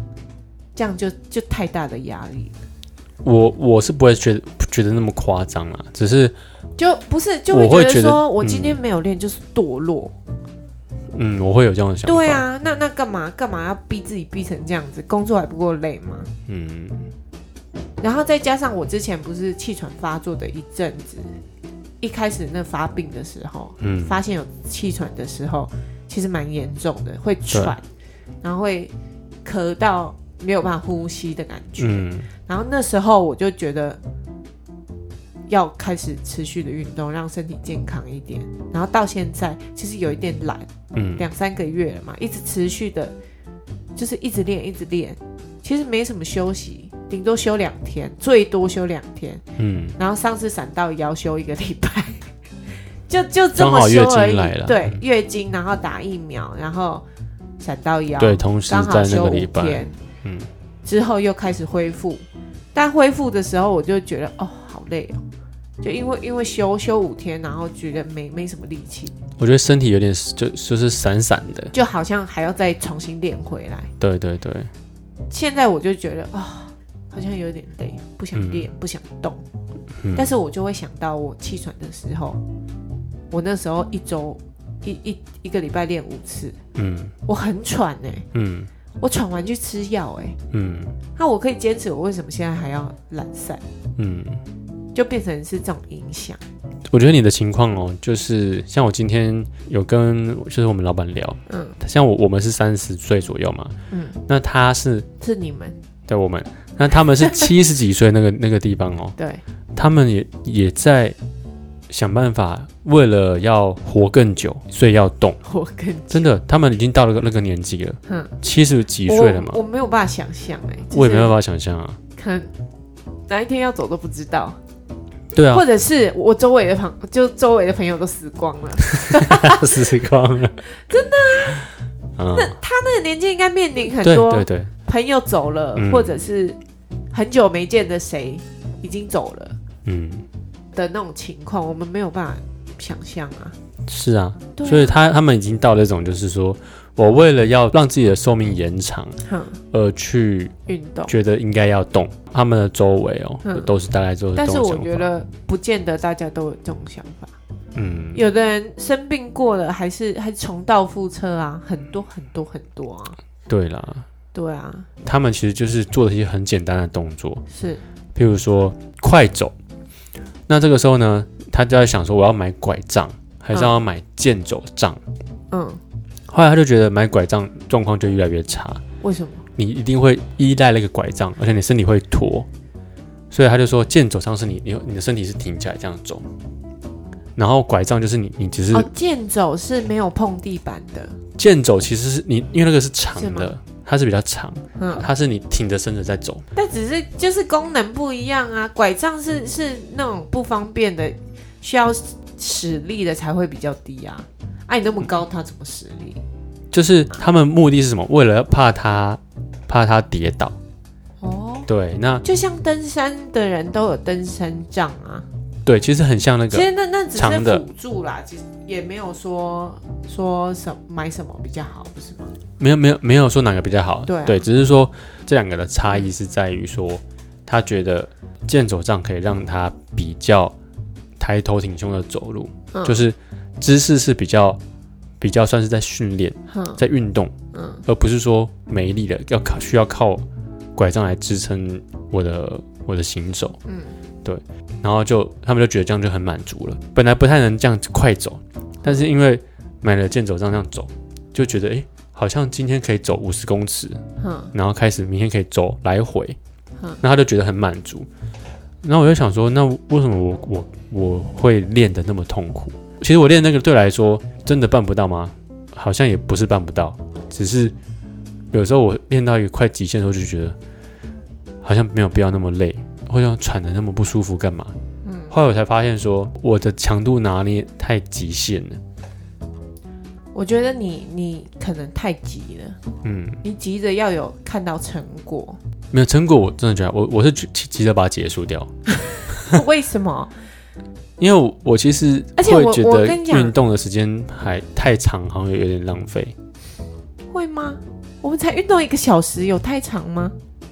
这样就就太大的压力了。 我我是不会觉得觉得那么夸张啦，只是就不是就会觉得说我今天没有练就是堕落。 嗯，我会有这样的想法。 对啊，那那干嘛干嘛要逼自己逼成这样子？工作还不够累吗？嗯。然后再加上我之前不是气喘发作的一阵子，一开始那发病的时候，嗯，发现有气喘的时候，其实蛮严重的，会喘，然后会咳到没有办法呼吸的感觉。嗯。然后那时候我就觉得要开始持续的运动，让身体健康一点。然后到现在其实有一点懒，嗯，两三个月了嘛，一直持续的，就是一直练，一直练。其实没什么休息，顶多休两天，最多休两天。嗯，然后上次闪到腰休一个礼拜，就就这么休而已。对，月经，然后打疫苗，然后闪到腰， 对，同时在那个礼拜， 嗯，之后又开始恢复。但恢复的时候，我就觉得哦，好累哦，就因为因为休休五天，然后觉得没没什么力气。 我觉得身体有点就就是散散的， 就好像还要再重新练回来。 对对对。 现在我就觉得啊、哦，好像有点累，不想练，嗯、不想动、嗯。但是我就会想到我气喘的时候，我那时候一周一一一个礼拜练五次，嗯，我很喘哎、欸，嗯。我喘完去吃药哎、欸，嗯，那我可以坚持，我为什么现在还要懒散？嗯，就变成是这种影响。 我觉得你的情况哦，就是像我今天有跟就是我们老板聊，嗯，像我我们是三十岁左右嘛，嗯，那他是是你们对我们，那他们是七十几岁那个那个地方哦， 对， 他们也也在想办法，为了要活更久，所以要动。 活更久， 真的，他们已经到了那个年纪了，嗯，七十几岁了嘛。 我, 我没有办法想象哎、欸， 我也没有办法想象啊。 可能哪一天要走都不知道。 对啊， 或者是我周围的朋，就周围的朋友都死光了， 死光了， 真的啊。嗯、那他那个年纪应该面临很多对对对朋友走了，嗯、或者是很久没见的谁已经走了，嗯。的那种情况，我们没有办法想象啊。 是啊，啊所以他他们已经到了那种，就是说我为了要让自己的寿命延长，而去运动， 觉得应该要动。他们的周围哦，都是大概都是这种想法。但是我觉得不见得大家都有这种想法。嗯，有的人生病过了，还是还重蹈覆辙啊，很多很多很多啊。 对啦， 对啊， 他们其实就是做了一些很简单的动作， 是， 譬如说快走。那这个时候呢，他就在想说，我要买拐杖，还是要买健走杖？嗯，后来他就觉得买拐杖状况就越来越差。 为什么？ 你一定会依赖那个拐杖，而且你身体会驼，所以他就说，健走杖是你你你的身体是挺起来这样走，然后拐杖就是你你只是哦，健走是没有碰地板的。 健走其实是你因为那个是长的。它是比较长，嗯，它是你挺着身子在走， 但只是就是功能不一样啊。拐杖是是那种不方便的，需要使力的才会比较低啊。啊，你那么高，它怎么使力？ 就是他们目的是什么？为了怕他怕他跌倒。哦，对，那就像登山的人都有登山杖啊。 对，其实很像那个， 其实那那只是辅助啦，其实也没有说说什么买什么比较好，不是吗？ 没有没有没有说哪个比较好， 对、啊、 对，只是说这两个的差异是在于说，他觉得健走杖可以让他比较抬头挺胸的走路，嗯、就是姿势是比较比较算是在训练，嗯、在运动，嗯，而不是说没力的要靠需要靠拐杖来支撑我的我的行走，嗯，对。然后就他们就觉得这样就很满足了，本来不太能这样快走，但是因为买了健走杖这样走，就觉得哎，好像今天可以走五十公尺，嗯，然后开始明天可以走来回，嗯，那他就觉得很满足。然后我就想说，那为什么我我我会练得那么痛苦？其实我练那个对我来说真的办不到吗？好像也不是办不到，只是有时候我练到一个快极限的时候，就觉得好像没有必要那么累。或者喘得那么不舒服干嘛？嗯，后来我才发现说我的强度拿捏太极限了。 我觉得你你可能太急了，嗯，你急着要有看到成果， 没有成果，我真的觉得我我是急着把它结束掉。 为什么？ 因为 我, 我其实会觉得运动的时间还太长，好像有点浪费。 会吗？我们才运动一个小时，有太长吗？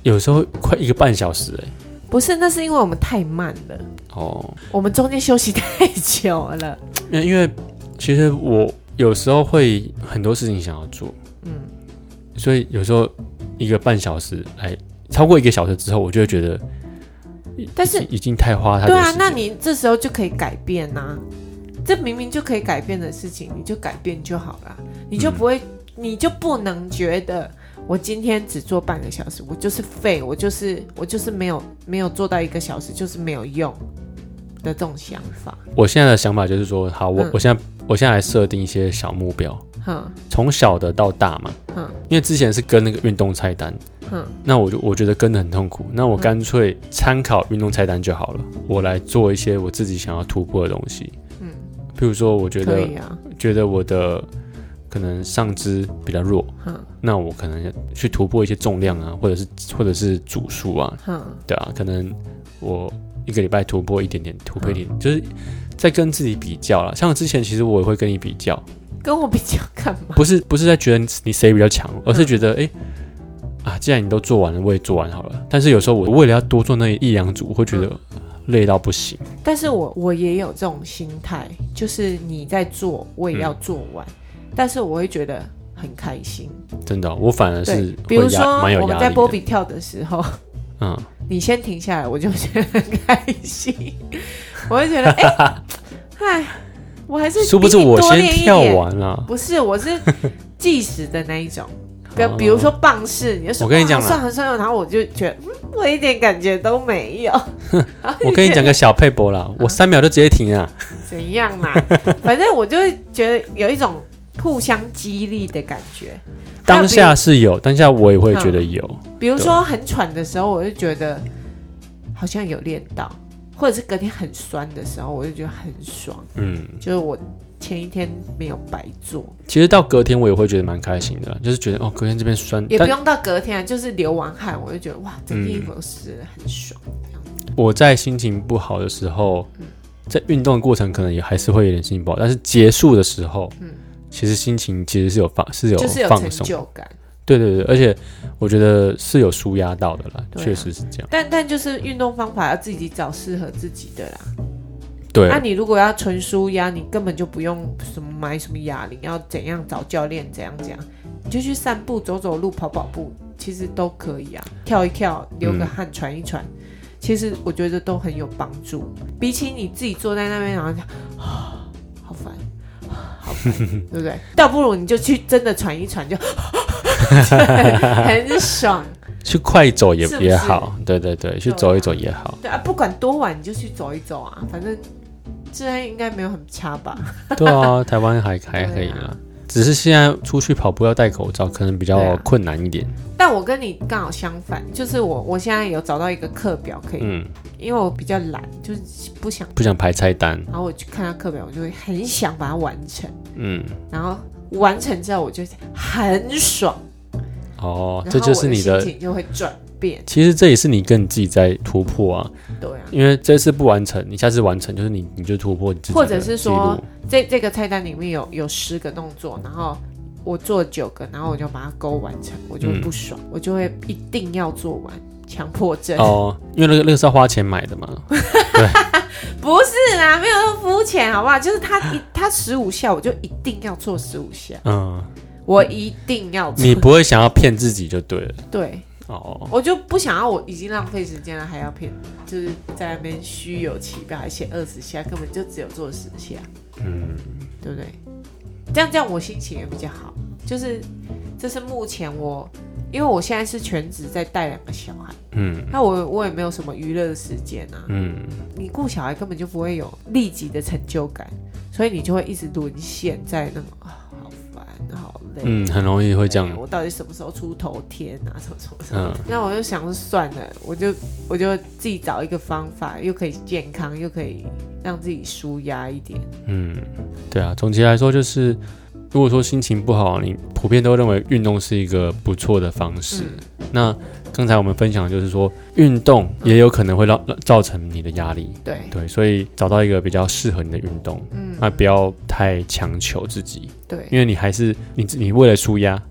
有时候快一个半小时哎。 不是，那是因为我们太慢了哦，我们中间休息太久了。 因为其实我有时候会很多事情想要做，嗯，所以有时候一个半小时，哎，超过一个小时之后，我就会觉得， 但是已经太花太多时间。 对啊，那你这时候就可以改变啊，这明明就可以改变的事情，你就改变就好了，你就不会，嗯、你就不能觉得。我今天只做半个小时，我就是废，我就是我就是没有没有做到一个小时，就是没有用的这种想法。 我现在的想法就是说，好，我、嗯、我现在我现在来设定一些小目标，从小的到大嘛，因为之前是跟那个运动菜单，那我就我觉得跟得很痛苦，那我干脆参考运动菜单就好了，我来做一些我自己想要突破的东西，嗯，譬如说，我觉得、啊、觉得我的。可能上肢比较弱，嗯，那我可能去突破一些重量啊，或者是或者是组数啊，嗯，对啊，可能我一个礼拜突破一点点，突破一点，嗯、就是在跟自己比较啦。像之前其实我也会跟你比较， 跟我比较干嘛？ 不是不是在觉得你谁比较强，而是觉得哎、嗯、啊，既然你都做完了，我也做完好了。但是有时候我为了要多做那一两组，我会觉得累到不行。 但是我我也有这种心态，就是你在做，我也要做完。嗯，但是我会觉得很开心， 真的、哦，我反而是比如说我们在波比跳的时候，嗯，你先停下来，我就觉得很开心，我会觉得，哎、欸，我还是殊不知我先跳完了， 不是，我是计时的那一种，比如说棒式，你就说我跟你讲、啊， 算了算了，然后我就觉得，嗯，我一点感觉都没有。 我跟你讲个小撇步啦，我三秒就直接停了， 怎样嘛？反正我就会觉得有一种。互相激励的感觉， 当下是有，当下我也会觉得有。 嗯、比如说很喘的时候，我就觉得好像有练到，或者是隔天很酸的时候，我就觉得很爽。嗯，就是我前一天没有白做。 其实到隔天我也会觉得蛮开心的，就是觉得哦，隔天这边酸， 也不用到隔天、啊，就是流完汗，我就觉得哇，这件衣服湿了，很爽。 我在心情不好的时候，嗯、在运动的过程可能也还是会有点心情不好，但是结束的时候，嗯。其实心情其实是有放是有就是有成就感， 对对对，而且我觉得是有抒压到的啦，确、啊、实是这样。 但但就是运动方法要自己找适合自己的啦。 对， 那、啊、你如果要纯抒压，你根本就不用什么买什么哑铃，要怎样找教练怎样怎样，你就去散步、走走路、跑跑步，其实都可以啊。跳一跳，流个汗，喘、嗯、一喘，其实我觉得都很有帮助。比起你自己坐在那边，然后讲啊，好烦。对不对？倒不如你就去真的喘一喘就，就很爽。 去快走也是是也好，对对对，去走一走也好。 对啊，不管多晚你就去走一走啊，反正治安应该没有很差吧？ 对啊，台湾还还可以啦、啊，只是现在出去跑步要戴口罩，可能比较困难一点。啊、 但我跟你刚好相反，就是我我现在有找到一个课表可以，嗯，因为我比较懒，就是不想不想排菜单， 然后我去看他课表，我就会很想把它完成，嗯，然后完成之后我就很爽。哦，这就是你的心情就会转变。 其实这也是你跟你自己在突破啊。 对啊， 因为这次不完成，你下次完成，就是你你就突破你自己的记录。 或者是说，这这个菜单里面有有十个动作，然后我做九个，然后我就把它勾完成，我就会不爽，嗯、我就会一定要做完，强迫症。 哦，因为那个那个是要花钱买的嘛。对， 不是啦，没有那么肤浅，好不好？就是他一他十五下，我就一定要做十五下。嗯。我一定要做， 你不会想要骗自己就对了。 对，哦，我就不想要，我已经浪费时间了，还要骗，就是在那边虚有其表，还写二十下，根本就只有做十下，嗯，对不对？这样这样我心情也比较好，就是这是目前我，因为我现在是全职在带两个小孩，嗯，那我我也没有什么娱乐的时间啊，嗯，你顾小孩根本就不会有立即的成就感，所以你就会一直沦陷在那种啊，好烦，好累， 嗯，很容易会这样。 我到底什么时候出头天啊？什么什么什么？嗯，那我就想说算了，我就我就自己找一个方法，又可以健康，又可以让自己舒压一点。嗯， 对啊，总结来说就是。如果说心情不好，你普遍都认为运动是一个不错的方式。嗯、那刚才我们分享的就是说，运动也有可能会让造成你的压力。 对对，所以找到一个比较适合你的运动，嗯，那不要太强求自己。 对， 因为你还是你你为了舒压，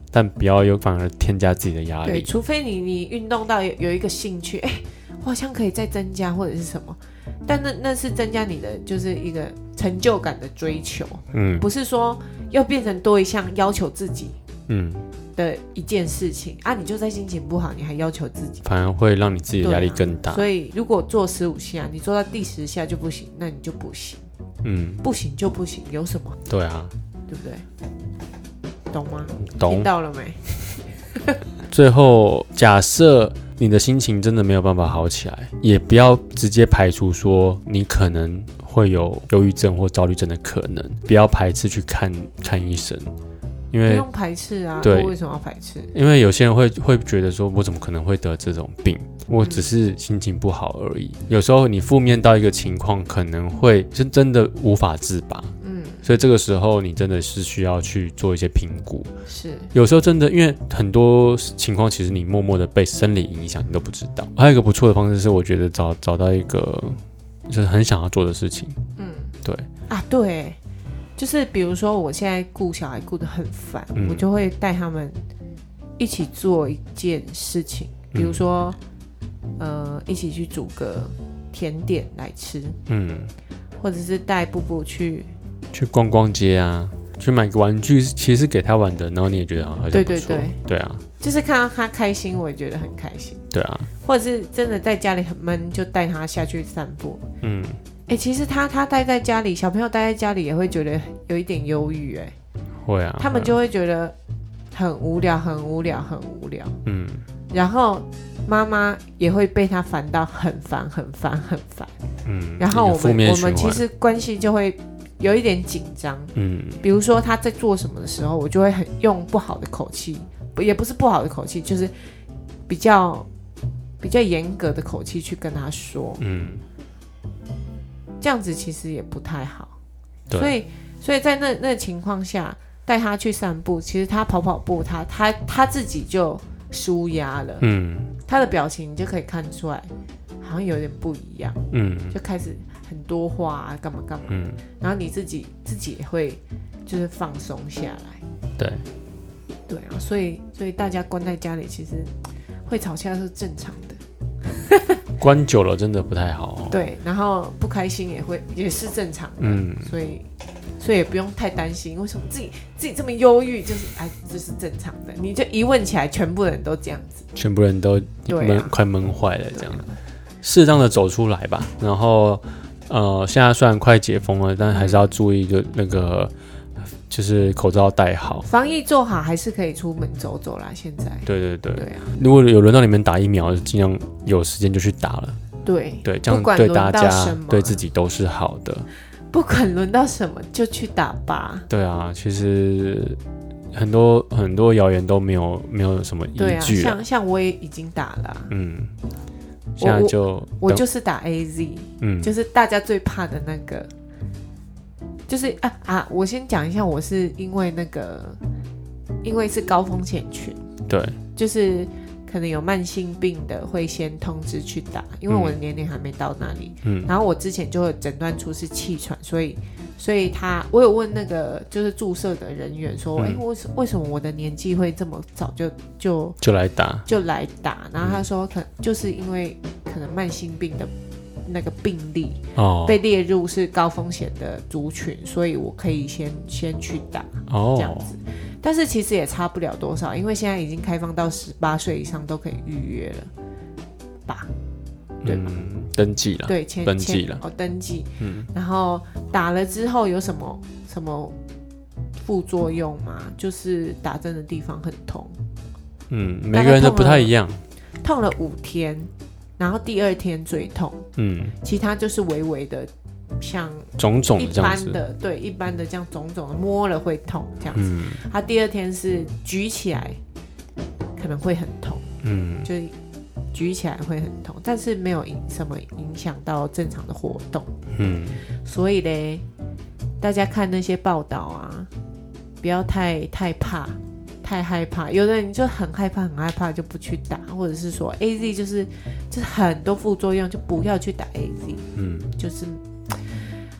但不要有反而添加自己的压力。 对，除非你你运动到 有, 有一个兴趣，哎，我好像可以再增加或者是什么，但那那是增加你的就是一个成就感的追求，嗯，不是说要变成多一项要求自己，嗯。的一件事情啊，你就在心情不好，你还要求自己， 反而会让你自己的压力更大。 啊、所以如果做十五下，你做到第十下就不行，那你就不行。嗯，不行就不行，有什么？ 对啊， 对不对？懂吗？ 懂。 听到了没？ 最后，假设你的心情真的没有办法好起来，也不要直接排除说你可能会有忧郁症或焦虑症的可能，不要排斥去看看医生。因为不用排斥啊， 对， 为什么要排斥？ 因为有些人会会觉得说，我怎么可能会得这种病？我只是心情不好而已。嗯、有时候你负面到一个情况，可能会是真的无法自拔。嗯，所以这个时候你真的是需要去做一些评估。 是， 有时候真的，因为很多情况其实你默默的被生理影响，你都不知道。还有一个不错的方式是，我觉得找找到一个就是很想要做的事情。嗯，对啊，对。就是比如说我现在顾小孩顾得很烦、嗯、我就会带他们一起做一件事情，比如说、嗯、呃一起去煮个甜点来吃，嗯，或者是带布布去去逛逛街啊，去买个玩具，其实给他玩的，然后你也觉得好像不错，对对对，对啊， 就是看到他开心我也觉得很开心， 对啊， 或者是真的在家里很闷，就带他下去散步，嗯。哎、欸，其实他他待在家里，小朋友待在家里也会觉得有一点忧郁，哎， 会啊， 他们就会觉得很无聊，很无聊，很无聊，嗯，然后妈妈也会被他烦到很烦，很烦，很烦，嗯，然后我们我们其实关系就会有一点紧张，嗯，比如说他在做什么的时候，我就会很用不好的口气，也不是不好的口气，就是比较比较严格的口气去跟他说，嗯。这样子其实也不太好，所以所以在那那情况下带他去散步，其实他跑跑步，他他他自己就抒压了，嗯，他的表情你就可以看出来，好像有点不一样，嗯，就开始很多话啊，干嘛干嘛，嗯，然后你自己自己也会就是放松下来， 对， 对啊，所以所以大家关在家里，其实会吵架是正常的。 关久了真的不太好、哦， 对，然后不开心也会也是正常的，嗯，所以所以也不用太担心，为什么自己自己这么忧郁，就是哎，这是正常的。你就一问起来，全部人都这样子， 全部人都闷、啊、快闷坏了，这样，适当的走出来吧。然后呃，现在虽然快解封了，但还是要注意一个那个。就是口罩戴好， 防疫做好，还是可以出门走走啦。现在， 对对对， 对啊。 如果有轮到你们打疫苗，尽量有时间就去打了。 对对，这样对大家、对自己都是好的。 不管轮到什么，就去打吧。 对啊，其实很多很多谣言都没有没有什么依据、 啊。像像我也已经打了、啊，嗯， 现在就我, 我, 我就是打 A Z， 嗯，就是大家最怕的那个。就是啊啊！我先讲一下，我是因为那个，因为是高风险群， 对， 就是可能有慢性病的会先通知去打，因为我的年龄还没到那里，嗯，然后我之前就会诊断出是气喘，所以所以他我有问那个就是注射的人员说，哎、嗯，为什为什么我的年纪会这么早就就就来打就来打？然后他说可就是因为可能慢性病的。那个病例、哦、被列入是高风险的族群，所以我可以先先去打、哦、这样子，但是其实也差不了多少，因为现在已经开放到十八岁以上都可以预约了吧？对吗？ 嗯，登记了， 对，签登记了， 哦，登记，嗯，然后打了之后有什么什么副作用吗？就是打针的地方很痛， 嗯，每个人都不太一样， 痛了五天。然后第二天最痛，嗯，其他就是微微的，像肿肿一般的，对，一般的这样肿肿的，摸了会痛这样子。嗯，他第二天是举起来可能会很痛，嗯，就是举起来会很痛，但是没有什么影响到正常的活动，嗯，所以嘞，大家看那些报道啊，不要太太怕。太害怕，有的人就很害怕很害怕就不去打，或者是说 A Z 就是就是很多副作用就不要去打 A Z， 嗯，就是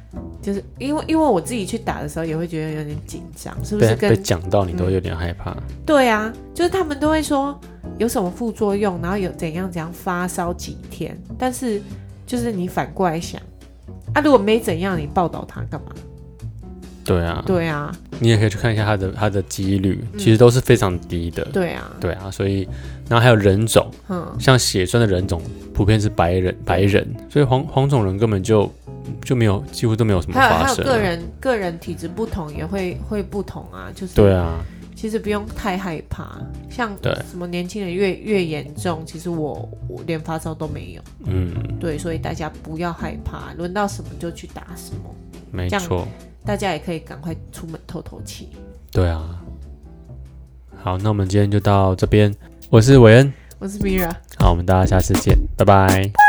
就是因为因为我自己去打的时候也会觉得有点紧张，是不是跟被讲到你都有点害怕、嗯？ 对啊，就是他们都会说有什么副作用，然后有怎样怎样发烧几天，但是就是你反过来想，啊，如果没怎样，你报道他干嘛？ 对啊， 对啊， 你也可以去看一下它的它的几率，其实都是非常低的。 嗯、对啊， 对啊，所以然后还有人种，嗯，像血栓的人种普遍是白人，白人，所以黄黄种人根本就就没有，几乎都没有什么发生。 还有还有个人个人体质不同也会会不同啊，就是对啊， 其实不用太害怕，像什么年轻人越越严重，其实我我连发烧都没有，嗯，对，所以大家不要害怕，轮到什么就去打什么， 没错。 大家也可以赶快出门透透气。 对啊，好，那我们今天就到这边。我是韦恩， 我是 Mira， 好，我们大家下次见，拜拜。